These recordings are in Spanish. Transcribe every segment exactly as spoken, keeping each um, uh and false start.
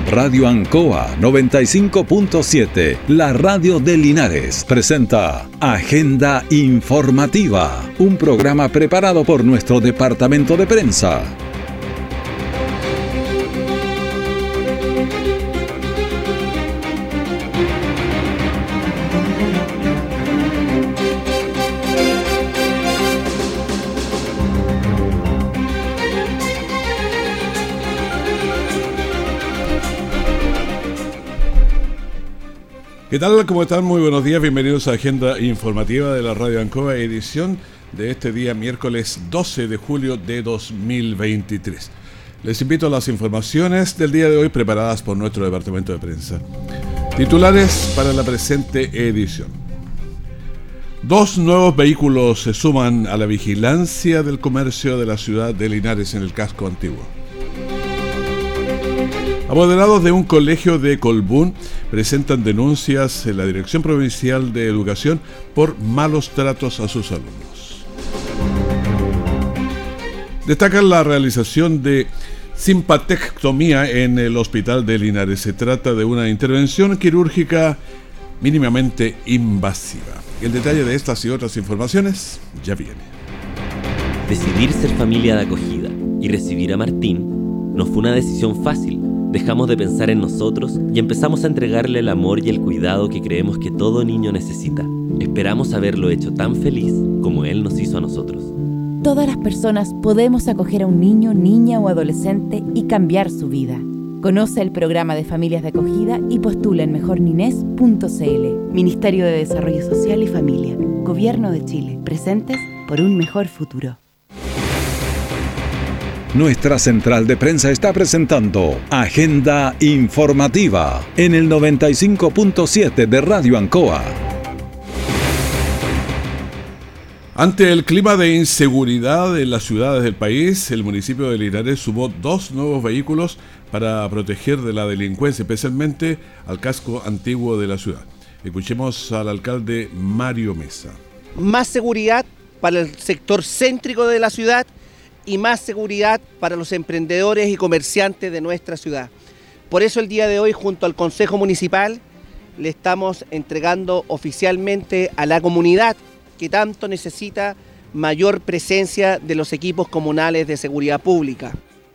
Radio Ancoa noventa y cinco punto siete, la radio de Linares, presenta Agenda Informativa, un programa preparado por nuestro departamento de prensa. ¿Qué tal? ¿Cómo están? Muy buenos días, bienvenidos a Agenda Informativa de la Radio Ancoa, edición de este día miércoles doce de julio de dos mil veintitrés. Les invito a las informaciones del día de hoy preparadas por nuestro departamento de prensa. Titulares para la presente edición. Dos nuevos vehículos se suman a la vigilancia del comercio de la ciudad de Linares en el casco antiguo. Apoderados de un colegio de Colbún presentan denuncias en la Dirección Provincial de Educación por malos tratos a sus alumnos. Destacan la realización de simpatectomía en el hospital de Linares. Se trata de una intervención quirúrgica mínimamente invasiva. El detalle de estas y otras informaciones ya viene. Decidir ser familia de acogida y recibir a Martín no fue una decisión fácil. Dejamos de pensar en nosotros y empezamos a entregarle el amor y el cuidado que creemos que todo niño necesita. Esperamos haberlo hecho tan feliz como él nos hizo a nosotros. Todas las personas podemos acoger a un niño, niña o adolescente y cambiar su vida. Conoce el programa de familias de acogida y postula en mejor ninés punto c l. Ministerio de Desarrollo Social y Familia. Gobierno de Chile. Presentes por un mejor futuro. Nuestra central de prensa está presentando Agenda Informativa en el noventa y cinco punto siete de Radio Ancoa. Ante el clima de inseguridad en las ciudades del país, el municipio de Linares sumó dos nuevos vehículos para proteger de la delincuencia, especialmente al casco antiguo de la ciudad. Escuchemos al alcalde Mario Mesa. Más seguridad para el sector céntrico de la ciudad y más seguridad para los emprendedores y comerciantes de nuestra ciudad. Por eso el día de hoy, junto al Consejo Municipal, le estamos entregando oficialmente a la comunidad que tanto necesita mayor presencia de los equipos comunales de seguridad pública.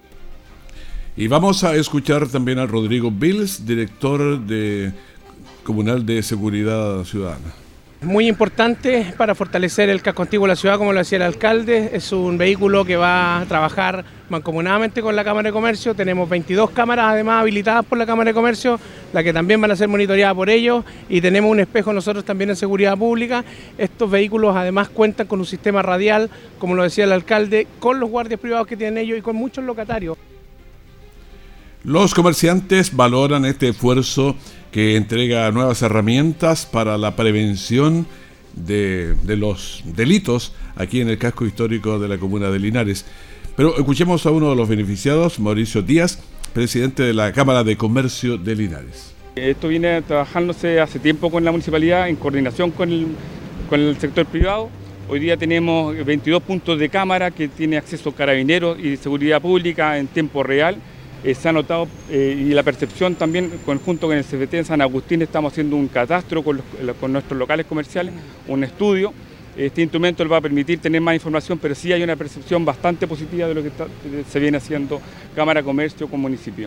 Y vamos a escuchar también a Rodrigo Bills, director de Comunal de Seguridad Ciudadana. Muy importante para fortalecer el casco antiguo de la ciudad, como lo decía el alcalde. Es un vehículo que va a trabajar mancomunadamente con la Cámara de Comercio. Tenemos veintidós cámaras además habilitadas por la Cámara de Comercio, las que también van a ser monitoreadas por ellos, y tenemos un espejo nosotros también en seguridad pública. Estos vehículos además cuentan con un sistema radial, como lo decía el alcalde, con los guardias privados que tienen ellos y con muchos locatarios. Los comerciantes valoran este esfuerzo que entrega nuevas herramientas para la prevención de, de los delitos aquí en el casco histórico de la comuna de Linares. Pero escuchemos a uno de los beneficiados, Mauricio Díaz, presidente de la Cámara de Comercio de Linares. Esto viene trabajándose hace tiempo con la municipalidad en coordinación con el, con el sector privado. Hoy día tenemos veintidós puntos de cámara que tiene acceso carabineros y seguridad pública en tiempo real. Eh, se ha notado eh, y la percepción también, conjunto con el C F T en San Agustín, estamos haciendo un catastro con, los, con nuestros locales comerciales, un estudio. Este instrumento le va a permitir tener más información, pero sí hay una percepción bastante positiva de lo que está, se viene haciendo Cámara de Comercio con municipio.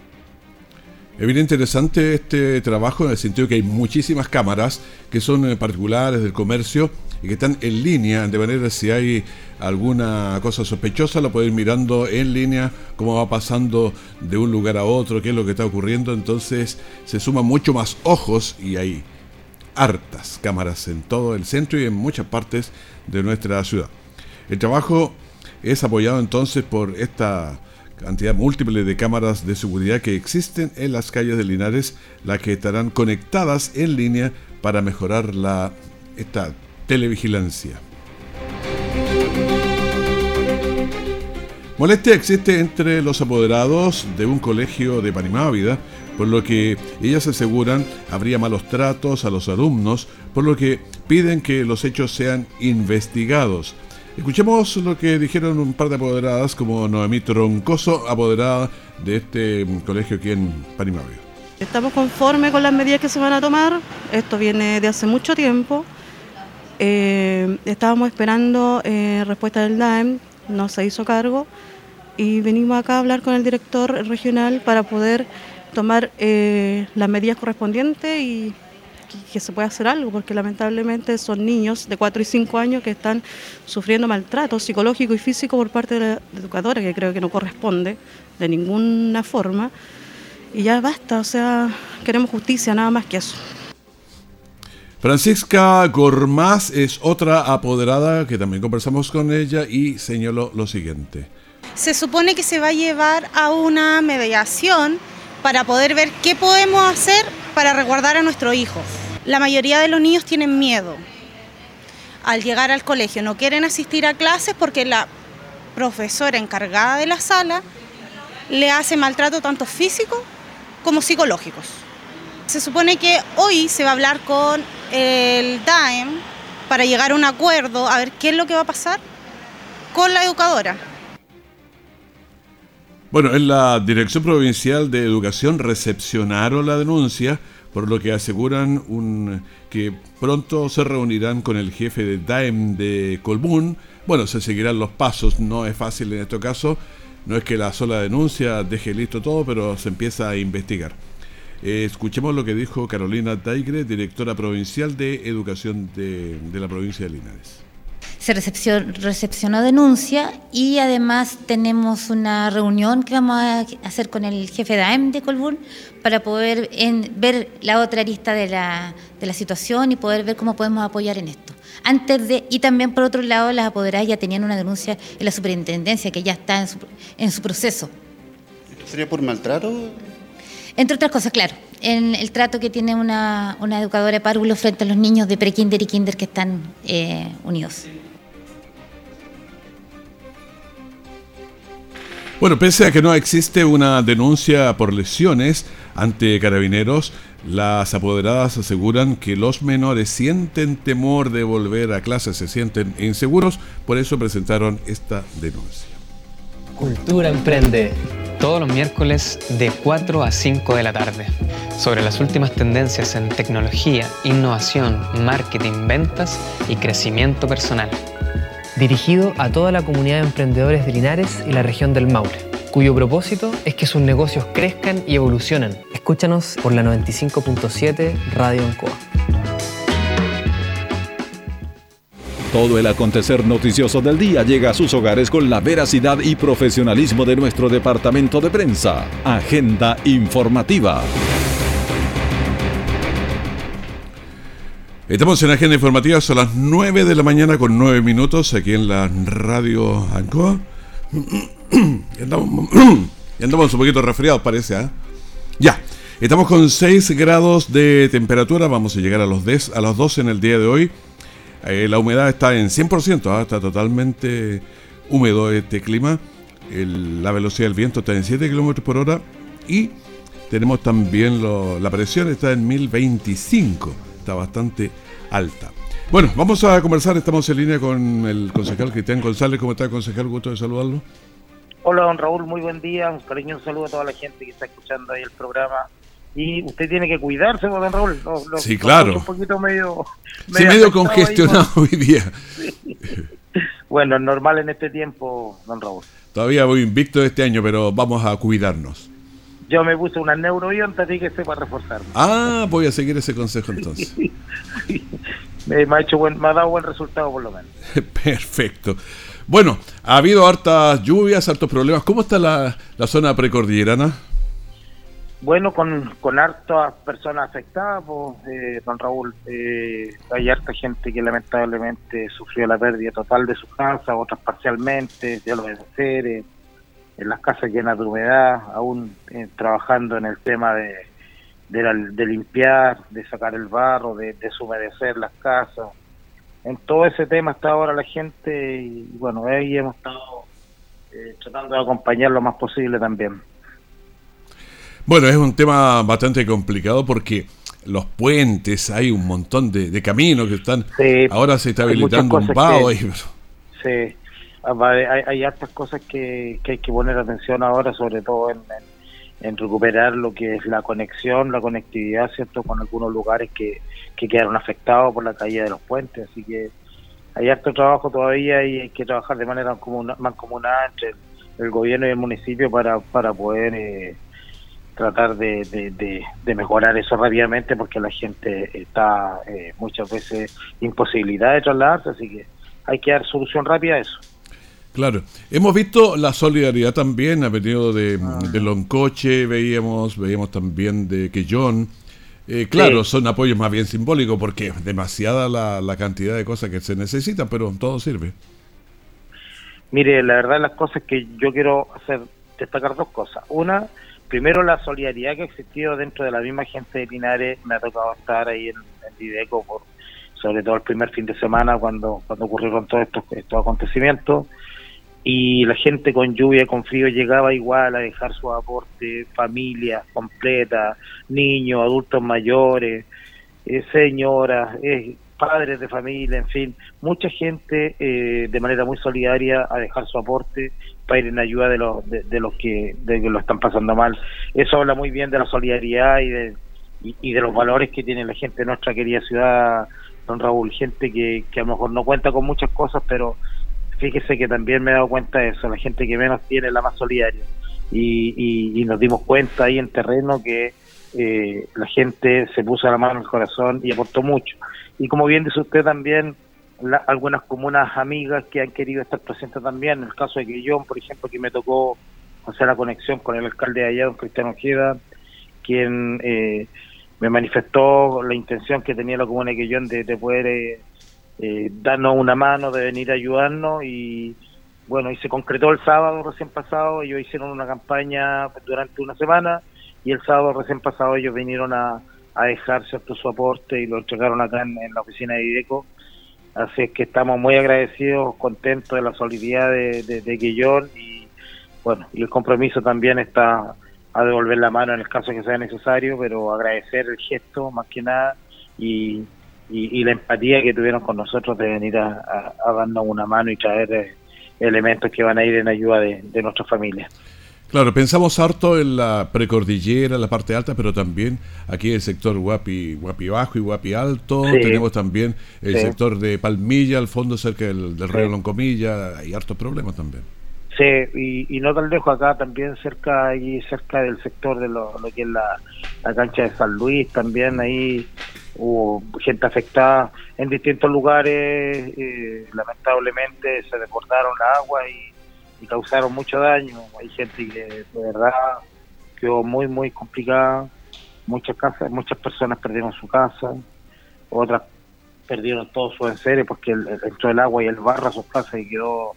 Es bien interesante este trabajo en el sentido que hay muchísimas cámaras que son particulares del comercio y que están en línea, de manera que si hay alguna cosa sospechosa lo pueden ir mirando en línea, cómo va pasando de un lugar a otro, qué es lo que está ocurriendo. Entonces se suman mucho más ojos y hay hartas cámaras en todo el centro y en muchas partes de nuestra ciudad. El trabajo es apoyado entonces por esta cantidad múltiple de cámaras de seguridad que existen en las calles de Linares, las que estarán conectadas en línea para mejorar la esta televigilancia. Molestia existe entre los apoderados de un colegio de Panimávida, por lo que ellas aseguran habría malos tratos a los alumnos, por lo que piden que los hechos sean investigados. Escuchemos lo que dijeron un par de apoderadas, como Noemí Troncoso, apoderada de este colegio aquí en Panimavio. Estamos conformes con las medidas que se van a tomar. Esto viene de hace mucho tiempo. Eh, estábamos esperando eh, respuesta del D A E M, no se hizo cargo y venimos acá a hablar con el director regional para poder tomar eh, las medidas correspondientes y que, que se pueda hacer algo, porque lamentablemente son niños de cuatro y cinco años que están sufriendo maltrato psicológico y físico por parte de la educadora, que creo que no corresponde de ninguna forma. Y ya basta, o sea, queremos justicia, nada más que eso. Francisca Gormaz es otra apoderada que también conversamos con ella y señaló lo siguiente. Se supone que se va a llevar a una mediación para poder ver qué podemos hacer para resguardar a nuestros hijos. La mayoría de los niños tienen miedo al llegar al colegio, no quieren asistir a clases porque la profesora encargada de la sala le hace maltrato tanto físico como psicológicos. Se supone que hoy se va a hablar con el D A E M para llegar a un acuerdo, a ver qué es lo que va a pasar con la educadora. Bueno, en la Dirección Provincial de Educación recepcionaron la denuncia, por lo que aseguran un, que pronto se reunirán con el jefe de D A E M de Colbún. Bueno, se seguirán los pasos, no es fácil en este caso, no es que la sola denuncia deje listo todo, pero se empieza a investigar. Eh, escuchemos lo que dijo Carolina Taigre, directora provincial de Educación de, de la provincia de Linares. Se recepcionó, recepcionó denuncia y además tenemos una reunión que vamos a hacer con el jefe de D A E M de Colbún para poder en, ver la otra arista de la, de la situación y poder ver cómo podemos apoyar en esto. Antes de, y también por otro lado, las apoderadas ya tenían una denuncia en la superintendencia que ya está en su, en su proceso. ¿Esto sería por maltrato? Entre otras cosas, claro, en el trato que tiene una, una educadora de párvulos frente a los niños de prekinder y kinder que están eh, unidos. Bueno, pese a que no existe una denuncia por lesiones ante Carabineros, las apoderadas aseguran que los menores sienten temor de volver a clases, se sienten inseguros, por eso presentaron esta denuncia. Cultura Emprende, todos los miércoles de cuatro a cinco de la tarde, sobre las últimas tendencias en tecnología, innovación, marketing, ventas y crecimiento personal. Dirigido a toda la comunidad de emprendedores de Linares y la región del Maule, cuyo propósito es que sus negocios crezcan y evolucionen. Escúchanos por la noventa y cinco punto siete Radio Ancoa. Todo el acontecer noticioso del día llega a sus hogares con la veracidad y profesionalismo de nuestro departamento de prensa. Agenda informativa. Estamos en Agenda Informativa, son las nueve de la mañana con nueve minutos aquí en la Radio Ancoa. Y andamos, y andamos un poquito resfriados, parece, ¿eh? Ya, estamos con seis grados de temperatura, vamos a llegar a los diez, a los doce en el día de hoy. Eh, la humedad está en cien por ciento, ¿eh? Está totalmente húmedo este clima. El, la velocidad del viento está en siete kilómetros por hora y tenemos también lo, la presión está en mil veinticinco. Está bastante alta. Bueno, vamos a conversar, estamos en línea con el concejal Cristian González. ¿Cómo está, concejal? Gusto de saludarlo. Hola, don Raúl, muy buen día, un cariñoso saludo a toda la gente que está escuchando ahí el programa. Y usted tiene que cuidarse, don Raúl. Lo, lo, sí, claro. Un poquito medio... Sí, medio congestionado hoy día. Sí. Bueno, es normal en este tiempo, don Raúl. Todavía voy invicto este año, pero vamos a cuidarnos. Yo me puse una neurobionta, así que sepa reforzarme. Ah, voy a seguir ese consejo entonces. Sí, sí. Me, me, ha hecho buen, me ha dado buen resultado por lo menos. Perfecto. Bueno, ha habido hartas lluvias, hartos problemas. ¿Cómo está la, la zona precordillerana? Bueno, con, con hartas personas afectadas, pues, eh, don Raúl. Eh, hay harta gente que lamentablemente sufrió la pérdida total de su casa, otras parcialmente, de los enseres. En las casas llenas de humedad, aún eh, trabajando en el tema de, de, la, de limpiar, de sacar el barro, de deshumedecer las casas. En todo ese tema está ahora la gente y bueno, ahí hemos estado eh, tratando de acompañar lo más posible también. Bueno, es un tema bastante complicado porque los puentes, hay un montón de, de caminos que están... Sí, ahora se está habilitando un vago. Que... Y... Entonces hay, hay hartas cosas que, que hay que poner atención ahora, sobre todo en, en, en recuperar lo que es la conexión, la conectividad, ¿cierto?, con algunos lugares que, que quedaron afectados por la caída de los puentes. Así que hay harto trabajo todavía y hay que trabajar de manera mancomunada entre el, el gobierno y el municipio para, para poder eh, tratar de, de, de, de mejorar eso rápidamente, porque la gente está eh, muchas veces imposibilidad de trasladarse, así que hay que dar solución rápida a eso. Claro, hemos visto la solidaridad también, ha venido de, ah. de Loncoche, veíamos, veíamos también de Quellón. Eh, claro, sí. Son apoyos más bien simbólicos porque es demasiada la, la cantidad de cosas que se necesitan, pero todo sirve. Mire, la verdad las cosas que yo quiero hacer, destacar dos cosas. Una, primero la solidaridad que ha existido dentro de la misma gente de Linares. Me ha tocado estar ahí en, en Videco, por, sobre todo el primer fin de semana cuando, cuando ocurrieron todos estos, estos acontecimientos. Y la gente con lluvia, con frío, llegaba igual a dejar su aporte, familias completas, niños, adultos mayores, eh, señoras, eh, padres de familia, en fin, mucha gente eh, de manera muy solidaria a dejar su aporte para ir en ayuda de los de, de los que de que lo están pasando mal. Eso habla muy bien de la solidaridad y de y, y de los valores que tiene la gente de nuestra querida ciudad, don Raúl, gente que, que a lo mejor no cuenta con muchas cosas, pero fíjese que también me he dado cuenta de eso, la gente que menos tiene es la más solidaria, y, y, y nos dimos cuenta ahí en terreno que eh, la gente se puso la mano en el corazón y aportó mucho. Y como bien dice usted también, la, algunas comunas amigas que han querido estar presentes también, en el caso de Quellón, por ejemplo, que me tocó hacer la conexión con el alcalde de allá, don Cristiano Ojeda, quien eh, me manifestó la intención que tenía la comuna de Quellón de, de poder... Eh, Eh, darnos una mano, de venir a ayudarnos, y bueno, y se concretó el sábado recién pasado. Ellos hicieron una campaña durante una semana y el sábado recién pasado ellos vinieron a, a dejar cierto su aporte y lo entregaron acá en, en la oficina de Videco. Así es que estamos muy agradecidos, contentos de la solidaridad de, de, de Quellón, y bueno, y el compromiso también está a devolver la mano en el caso que sea necesario, pero agradecer el gesto más que nada, y Y, y la empatía que tuvieron con nosotros de venir a, a, a darnos una mano y traer eh, elementos que van a ir en ayuda de, de nuestras familias. Claro, pensamos harto en la precordillera, la parte alta, pero también aquí el sector Guapi, Guapi Bajo y Guapi Alto. Sí. Tenemos también el sí. sector de Palmilla, al fondo cerca del, del sí. río Loncomilla. Hay hartos problemas también. Sí, y, y no tan lejos acá también, cerca ahí cerca del sector de lo, lo que es la, la cancha de San Luis, también ahí hubo gente afectada en distintos lugares. Eh, lamentablemente se desbordaron la agua y, y causaron mucho daño. Hay gente que de verdad quedó muy muy complicada. Muchas casas, muchas personas perdieron su casa, otras perdieron todos sus enseres porque el, entró el agua y el barro a sus casas y quedó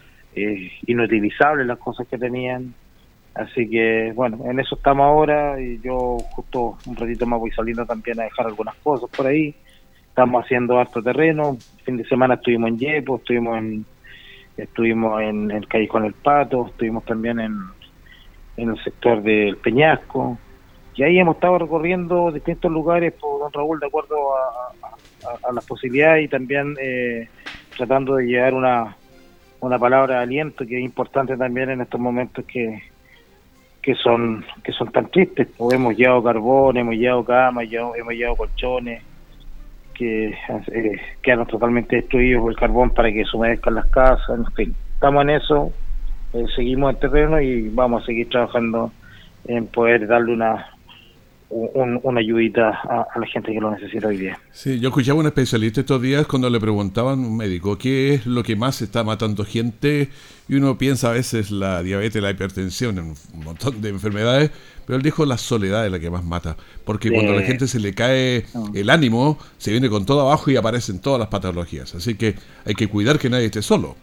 eh, inutilizable las cosas que tenían. Así que, bueno, en eso estamos ahora, y yo justo un ratito más voy saliendo también a dejar algunas cosas por ahí. Estamos haciendo harto terreno. El fin de semana estuvimos en Yepo, estuvimos en estuvimos en el Callejón El Pato, estuvimos también en, en el sector del Peñasco, y ahí hemos estado recorriendo distintos lugares, por don Raúl, de acuerdo a, a, a las posibilidades, y también eh, tratando de llevar una, una palabra de aliento, que es importante también en estos momentos que que son que son tan tristes. Pues hemos llevado carbón, hemos llevado camas, hemos, hemos llevado colchones que eh, quedaron totalmente destruidos por el carbón para que se humedezcan las casas. En fin, estamos en eso, eh, seguimos en terreno y vamos a seguir trabajando en poder darle una un, una ayudita a, a la gente que lo necesita hoy día. Sí, yo escuchaba a un especialista estos días cuando le preguntaban a un médico qué es lo que más está matando gente, y uno piensa a veces la diabetes, la hipertensión, un montón de enfermedades, pero él dijo la soledad es la que más mata, porque sí. Cuando a la gente se le cae el ánimo, se viene con todo abajo y aparecen todas las patologías, así que hay que cuidar que nadie esté solo.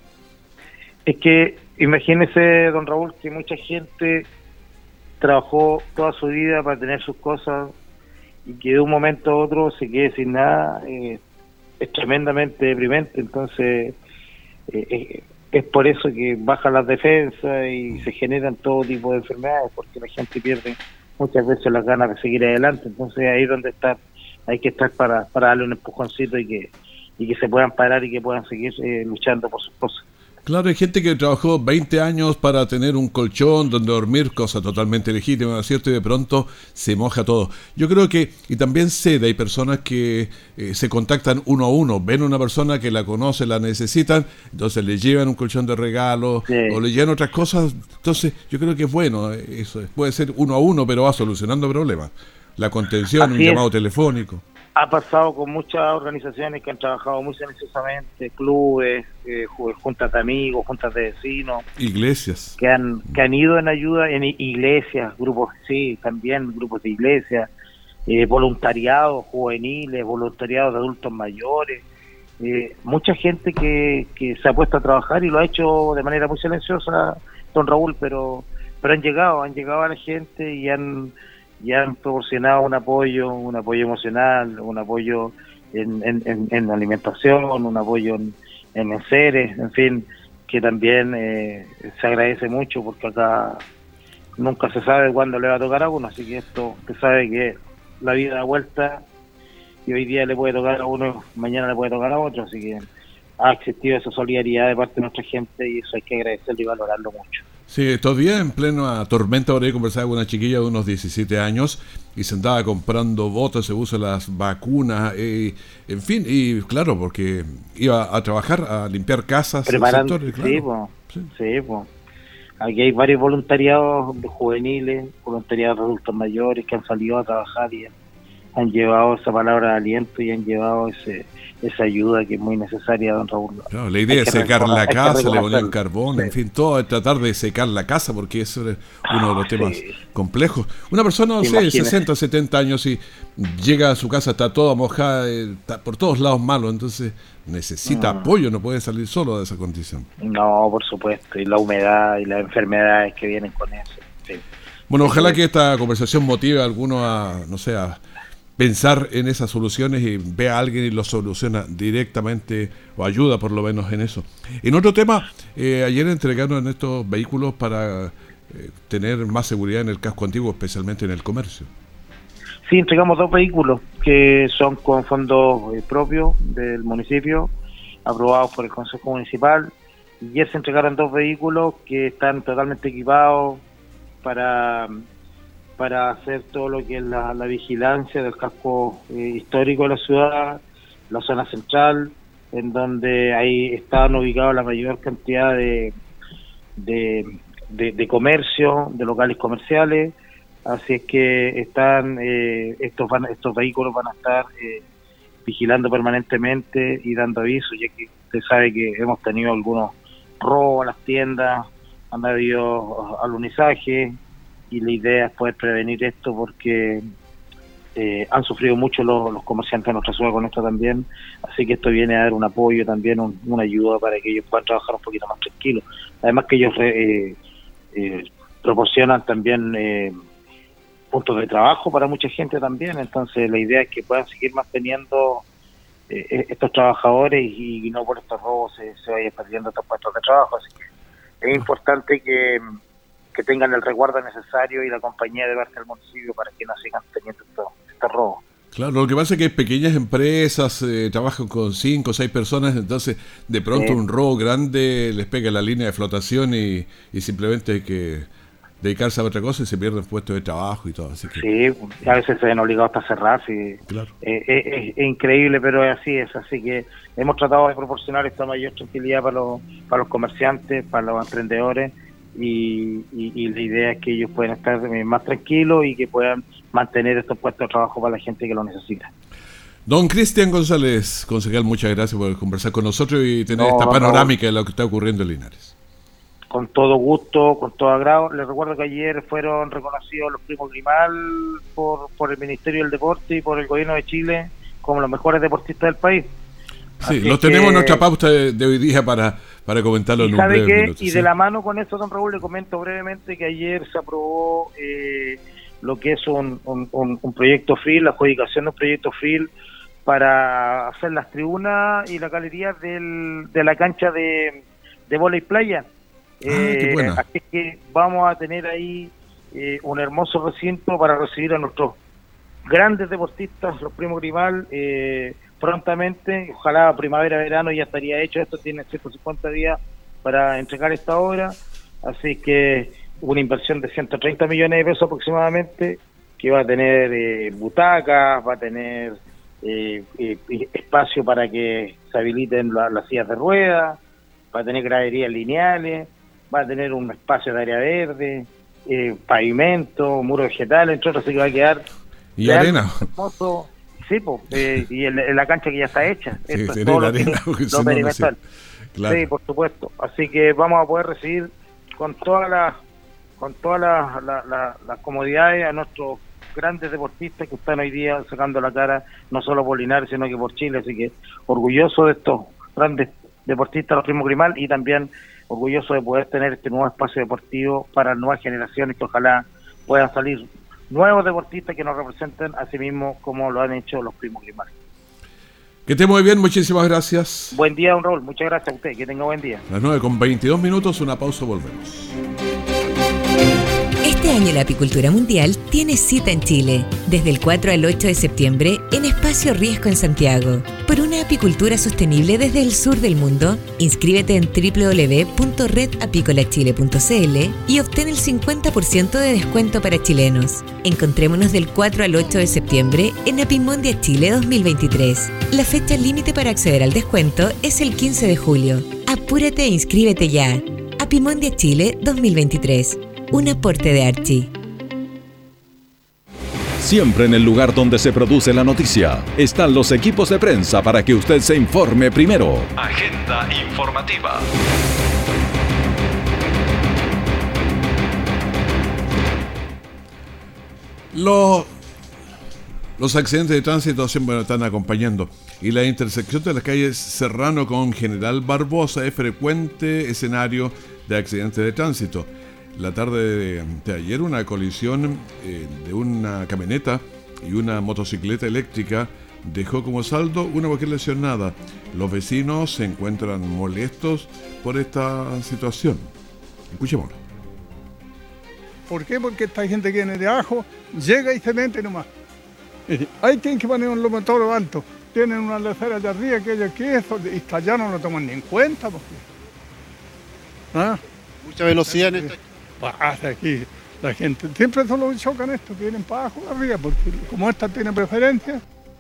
Es que imagínese, don Raúl, que mucha gente trabajó toda su vida para tener sus cosas y que de un momento a otro se quede sin nada. Eh, es tremendamente deprimente. Entonces eh, eh, es por eso que bajan las defensas y se generan todo tipo de enfermedades, porque la gente pierde muchas veces las ganas de seguir adelante. Entonces ahí es donde está, hay que estar para, para darle un empujoncito y que y que se puedan parar y que puedan seguir eh, luchando por sus cosas. Claro, hay gente que trabajó veinte años para tener un colchón donde dormir, cosa totalmente legítima, ¿no es cierto? Y de pronto se moja todo. Yo creo que, y también sé de hay personas que eh, se contactan uno a uno, ven a una persona que la conoce, la necesitan, entonces le llevan un colchón de regalo, sí, o le llevan otras cosas. Entonces yo creo que es bueno, eso puede ser uno a uno, pero va solucionando problemas. La contención, Así un es. llamado telefónico. Ha pasado con muchas organizaciones que han trabajado muy silenciosamente, clubes, eh, juntas de amigos, juntas de vecinos. Iglesias. Que han que han ido en ayuda, en iglesias, grupos, sí, también grupos de iglesias, eh, voluntariados juveniles, voluntariados de adultos mayores. Eh, mucha gente que, que se ha puesto a trabajar y lo ha hecho de manera muy silenciosa, don Raúl, pero, pero han llegado, han llegado a la gente y han... y han proporcionado un apoyo, un apoyo emocional, un apoyo en, en, en, en alimentación, un apoyo en, en enseres, en fin, que también eh, se agradece mucho porque acá nunca se sabe cuándo le va a tocar a uno, así que esto, usted sabe que la vida da vuelta y hoy día le puede tocar a uno, mañana le puede tocar a otro, así que ha existido esa solidaridad de parte de nuestra gente y eso hay que agradecerlo y valorarlo mucho. Sí, estos días en plena tormenta, por ahí conversaba con una chiquilla de unos diecisiete años y se andaba comprando botas, se usa las vacunas, eh, en fin, y claro, porque iba a trabajar, a limpiar casas, preparando, sectores, sí, claro. pues, sí, sí pues. Aquí hay varios voluntariados juveniles, voluntariados de adultos mayores que han salido a trabajar y han, han llevado esa palabra de aliento y han llevado ese esa ayuda que es muy necesaria, don Raúl. Claro, la idea es secar la casa, le ponían carbón, sí, en fin, todo es tratar de secar la casa porque eso es uno de los temas sí. complejos. Una persona, no sé, sesenta, setenta años y llega a su casa, está toda mojada, está por todos lados malo, entonces necesita mm. apoyo, no puede salir solo de esa condición. No, por supuesto, y la humedad y las enfermedades que vienen con eso. Sí. Bueno, ojalá que esta conversación motive a alguno a, no sé, a pensar en esas soluciones y ve a alguien y lo soluciona directamente o ayuda por lo menos en eso. En otro tema, eh, ayer entregaron estos vehículos para eh, tener más seguridad en el casco antiguo, especialmente en el comercio. Sí, entregamos dos vehículos que son con fondos eh, propios del municipio, aprobados por el Consejo Municipal. Y ayer se entregaron dos vehículos que están totalmente equipados para... para hacer todo lo que es la, la vigilancia del casco eh, histórico de la ciudad, la zona central, en donde ahí estaban ubicados la mayor cantidad de, de, de, de comercio, de locales comerciales, así es que están eh, estos van, estos vehículos van a estar eh, vigilando permanentemente y dando aviso, ya que usted sabe que hemos tenido algunos robos a las tiendas, han habido alunizaje, y la idea es poder prevenir esto porque eh, han sufrido mucho los, los comerciantes de nuestra ciudad con esto también, así que esto viene a dar un apoyo también, un, una ayuda para que ellos puedan trabajar un poquito más tranquilos. Además que ellos eh, eh, proporcionan también eh, puntos de trabajo para mucha gente también, entonces la idea es que puedan seguir manteniendo eh, estos trabajadores y, y no por estos robos se, se vayan perdiendo estos puestos de trabajo, así que es importante que que tengan el resguardo necesario y la compañía de parte del municipio para que no sigan teniendo estos esto robos. Claro, lo que pasa es que hay pequeñas empresas, eh, trabajan con cinco o seis personas, entonces de pronto eh. un robo grande les pega la línea de flotación y, y simplemente hay que dedicarse a otra cosa y se pierden puestos de trabajo y todo. Así que, sí, a veces se ven obligados hasta cerrar, sí. Claro. Eh, eh, es, es increíble, pero es así, es así que hemos tratado de proporcionar esta mayor tranquilidad para los, para los comerciantes, para los emprendedores, Y, y, y la idea es que ellos puedan estar más tranquilos y que puedan mantener estos puestos de trabajo para la gente que lo necesita. Don Cristian González, concejal, muchas gracias por conversar con nosotros y tener no, esta panorámica no. de lo que está ocurriendo en Linares. Con todo gusto, con todo agrado. Les recuerdo que ayer fueron reconocidos los primos Grimal por, por el Ministerio del Deporte y por el Gobierno de Chile como los mejores deportistas del país. Sí, los que, tenemos en nuestra pauta de, de hoy día para, para comentarlo en un breve qué? minuto. Y ¿sí? de la mano con eso, don Raúl, le comento brevemente que ayer se aprobó eh, lo que es un, un, un, un proyecto F I L, la adjudicación de un proyecto F I L para hacer las tribunas y la galería del, de la cancha de, de vóley playa. Ah, eh, qué buena. Así que vamos a tener ahí eh, un hermoso recinto para recibir a nuestros grandes deportistas, los primos Grimal, eh, prontamente, ojalá primavera, verano ya estaría hecho, esto tiene ciento cincuenta días para entregar esta obra, así que una inversión de ciento treinta millones de pesos aproximadamente, que va a tener eh, butacas, va a tener eh, eh, espacio para que se habiliten la, las sillas de ruedas, va a tener graderías lineales, va a tener un espacio de área verde, eh, pavimento, muro vegetal, entre otros, así que va a quedar... Y arena. Hermoso. Sí, pues, eh, y en, en la cancha que ya está hecha. Sí, Esto sí, es todo lo, arena, que, lo perimetral. Claro. Sí, por supuesto. Así que vamos a poder recibir con todas las con todas las la, la, la comodidades a nuestros grandes deportistas que están hoy día sacando la cara, no solo por Linares, sino que por Chile. Así que orgulloso de estos grandes deportistas, los Primos Grimal, y también orgulloso de poder tener este nuevo espacio deportivo para nuevas generaciones que ojalá puedan salir nuevos deportistas que nos representen así mismo como lo han hecho los Primos Grimal. Que esté muy bien, muchísimas gracias. Buen día, don Raúl, muchas gracias a usted, que tenga buen día. Las nueve con veintidós minutos, una pausa, volvemos. Este año la apicultura mundial tiene cita en Chile, desde el cuatro al ocho de septiembre en Espacio Riesgo en Santiago. Por una apicultura sostenible desde el sur del mundo, inscríbete en doble u doble u doble u punto red apícola chile punto c l y obtén el cincuenta por ciento de descuento para chilenos. Encontrémonos del cuatro al ocho de septiembre en Apimondia Chile dos mil veintitrés. La fecha límite para acceder al descuento es el quince de julio. Apúrate e inscríbete ya. Apimondia Chile dos mil veintitrés. Un aporte de Archie. Siempre en el lugar donde se produce la noticia están los equipos de prensa para que usted se informe primero. Agenda informativa. Los, los accidentes de tránsito siempre nos están acompañando y la intersección de las calles Serrano con General Barbosa es frecuente escenario de accidentes de tránsito. La tarde de, de ayer una colisión eh, de una camioneta y una motocicleta eléctrica dejó como saldo una mujer lesionada. Los vecinos se encuentran molestos por esta situación. Escuchémoslo. ¿Por qué? Porque esta gente que viene de abajo llega y se mete nomás. Ahí tienen que poner un lomotor alto. Tienen una lecera de arriba que ellos que eso, y hasta allá no lo toman ni en cuenta. Porque... ¿Ah? Mucha velocidad en esta... Hasta aquí la gente siempre solo chocan esto, que vienen para abajo arriba, porque como esta tiene preferencia.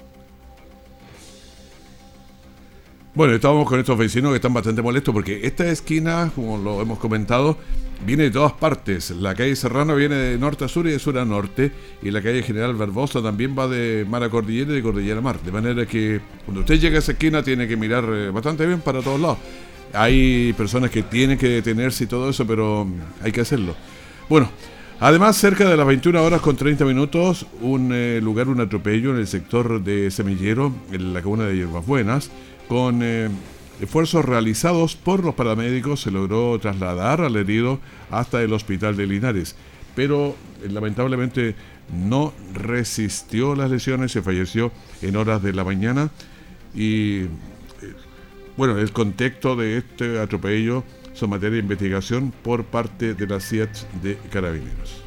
Bueno, estábamos con estos vecinos que están bastante molestos porque esta esquina, como lo hemos comentado, viene de todas partes. La calle Serrano viene de norte a sur y de sur a norte, y la calle General Barbosa también va de mar a cordillera y de cordillera a mar, de manera que cuando usted llega a esa esquina tiene que mirar bastante bien para todos lados. Hay personas que tienen que detenerse y todo eso, pero hay que hacerlo. Bueno, además, cerca de las veintiuna horas con treinta minutos, un eh, lugar, un atropello en el sector de Semillero, en la comuna de Hierbas Buenas, con eh, esfuerzos realizados por los paramédicos, se logró trasladar al herido hasta el hospital de Linares, pero eh, lamentablemente no resistió las lesiones, se falleció en horas de la mañana y... Bueno, el contexto de este atropello son materia de investigación por parte de la C I A T de Carabineros.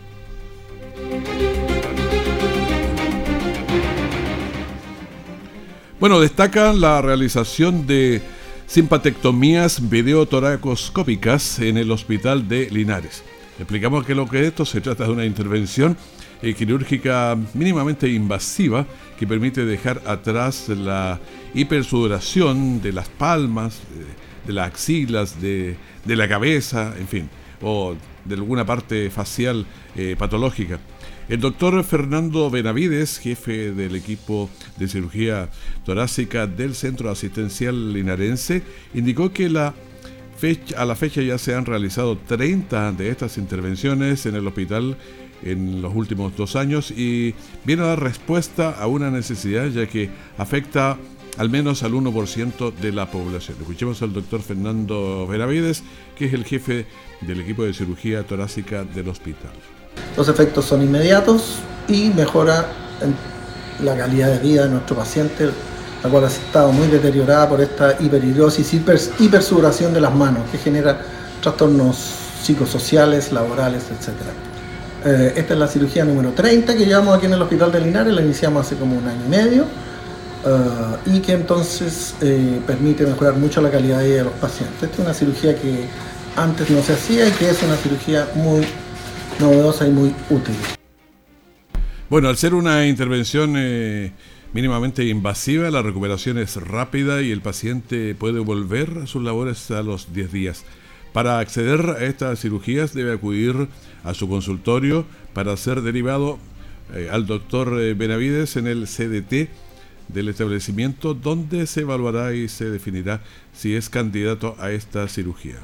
Bueno, destacan la realización de simpatectomías videotoracoscópicas en el hospital de Linares. Explicamos que lo que es esto se trata de una intervención eh, quirúrgica mínimamente invasiva que permite dejar atrás la hipersudoración de las palmas, de, de las axilas, de, de la cabeza, en fin, o de alguna parte facial eh, patológica. El doctor Fernando Benavides, jefe del equipo de cirugía torácica del Centro Asistencial Linarense, indicó que la fecha, a la fecha ya se han realizado treinta de estas intervenciones en el hospital en los últimos dos años y viene a dar respuesta a una necesidad ya que afecta al menos al uno por ciento de la población. Escuchemos al doctor Fernando Benavides, que es el jefe del equipo de cirugía torácica del hospital. Los efectos son inmediatos y mejora en la calidad de vida de nuestro paciente, la cual ha estado muy deteriorada por esta hiperhidrosis, hiper, hipersudoración de las manos, que genera trastornos psicosociales, laborales, etcétera. Eh, esta es la cirugía número treinta que llevamos aquí en el Hospital de Linares, la iniciamos hace como un año y medio uh, y que entonces eh, permite mejorar mucho la calidad de vida de los pacientes. Esta es una cirugía que antes no se hacía y que es una cirugía muy novedosa y muy útil. Bueno, al ser una intervención eh, mínimamente invasiva, la recuperación es rápida y el paciente puede volver a sus labores a los diez días. Para acceder a estas cirugías debe acudir a su consultorio para ser derivado eh, al doctor eh, Benavides en el C D T del establecimiento, donde se evaluará y se definirá si es candidato a esta cirugía.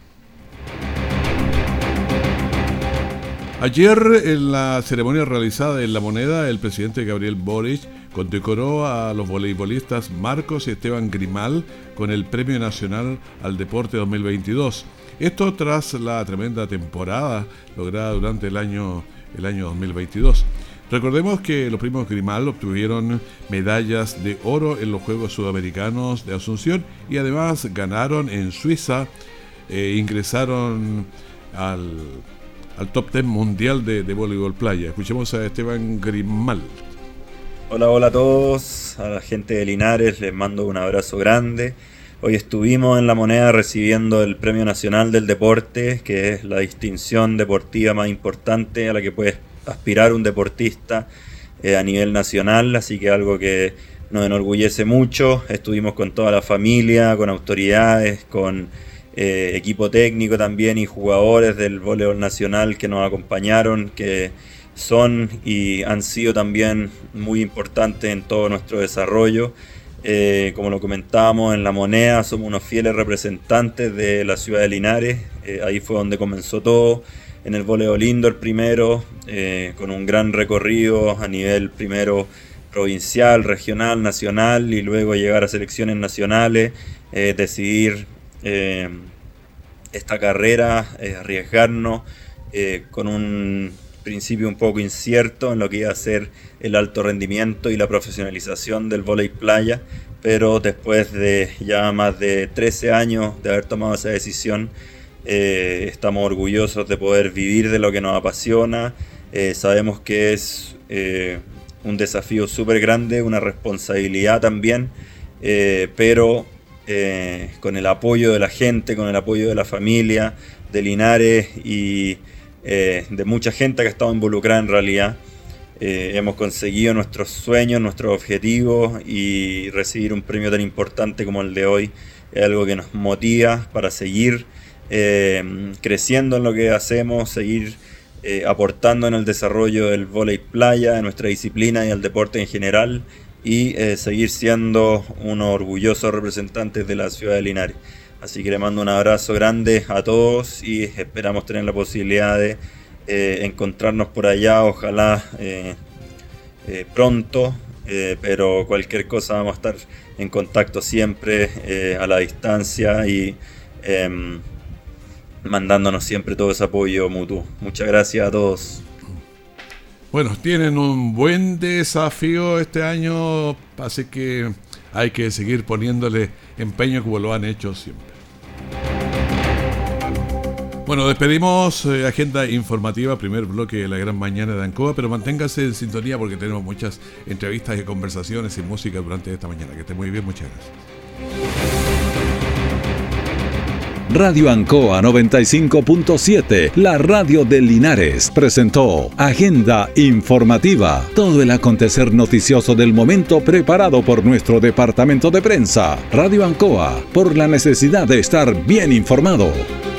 Ayer, en la ceremonia realizada en La Moneda, el presidente Gabriel Boric condecoró a los voleibolistas Marcos y Esteban Grimal con el Premio Nacional al Deporte dos mil veintidós. Esto tras la tremenda temporada lograda durante el año, el año dos mil veintidós. Recordemos que los primos Grimal obtuvieron medallas de oro en los Juegos Sudamericanos de Asunción y además ganaron en Suiza, e ingresaron al, al top diez mundial de, de voleibol playa. Escuchemos a Esteban Grimal. Hola, hola a todos, a la gente de Linares les mando un abrazo grande. Hoy estuvimos en La Moneda recibiendo el Premio Nacional del Deporte, que es la distinción deportiva más importante a la que puede aspirar un deportista eh, a nivel nacional, así que algo que nos enorgullece mucho. Estuvimos con toda la familia, con autoridades, con eh, equipo técnico también y jugadores del voleibol nacional que nos acompañaron, que son y han sido también muy importantes en todo nuestro desarrollo. Eh, como lo comentábamos en La Moneda, somos unos fieles representantes de la ciudad de Linares. Eh, ahí fue donde comenzó todo, en el voleibol indoor primero, eh, con un gran recorrido a nivel primero provincial, regional, nacional, y luego llegar a selecciones nacionales, eh, decidir eh, esta carrera, eh, arriesgarnos eh, con un principio un poco incierto en lo que iba a ser el alto rendimiento y la profesionalización del vóley playa, pero después de ya más de trece años de haber tomado esa decisión, eh, estamos orgullosos de poder vivir de lo que nos apasiona. Eh, sabemos que es eh, un desafío súper grande, una responsabilidad también, eh, pero eh, con el apoyo de la gente, con el apoyo de la familia, de Linares y Eh, de mucha gente que ha estado involucrada en realidad, eh, hemos conseguido nuestros sueños, nuestros objetivos, y recibir un premio tan importante como el de hoy es algo que nos motiva para seguir eh, creciendo en lo que hacemos, seguir eh, aportando en el desarrollo del vóley playa, de nuestra disciplina y del deporte en general, y eh, seguir siendo unos orgullosos representantes de la ciudad de Linares. Así que le mando un abrazo grande a todos y esperamos tener la posibilidad de eh, encontrarnos por allá, ojalá eh, eh, pronto, eh, pero cualquier cosa vamos a estar en contacto siempre eh, a la distancia y eh, mandándonos siempre todo ese apoyo mutuo. Muchas gracias a todos. Bueno, tienen un buen desafío este año, así que hay que seguir poniéndole empeño como lo han hecho siempre. Bueno, despedimos eh, agenda informativa, primer bloque de la gran mañana de Ancoa, pero manténgase en sintonía porque tenemos muchas entrevistas y conversaciones y música durante esta mañana. Que esté muy bien, muchas gracias. Radio Ancoa noventa y cinco punto siete, la radio de Linares, presentó Agenda Informativa, todo el acontecer noticioso del momento preparado por nuestro departamento de prensa. Radio Ancoa, por la necesidad de estar bien informado.